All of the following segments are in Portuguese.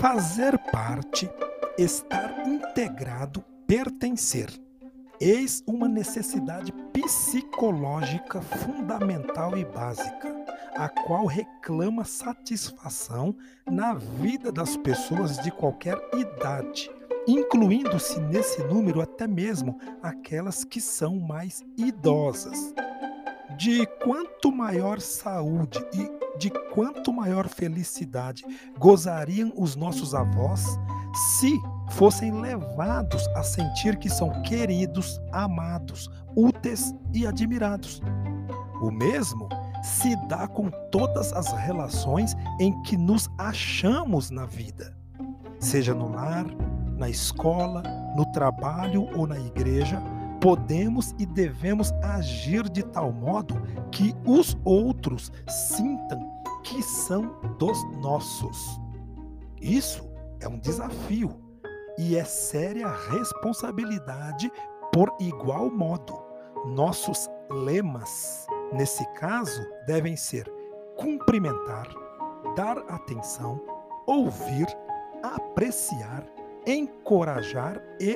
Fazer parte, estar integrado, pertencer. Eis uma necessidade psicológica fundamental e básica, a qual reclama satisfação na vida das pessoas de qualquer idade, incluindo-se nesse número até mesmo aquelas que são mais idosas. De quanto maior saúde e de quanto maior felicidade gozariam os nossos avós se fossem levados a sentir que são queridos, amados, úteis e admirados. O mesmo se dá com todas as relações em que nos achamos na vida, seja no lar, na escola, no trabalho ou na igreja. Podemos e devemos agir de tal modo que os outros sintam que são dos nossos. Isso é um desafio e é séria responsabilidade por igual modo. Nossos lemas, nesse caso, devem ser cumprimentar, dar atenção, ouvir, apreciar, encorajar e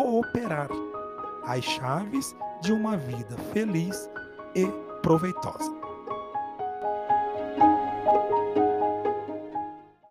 cooperar. As chaves de uma vida feliz e proveitosa.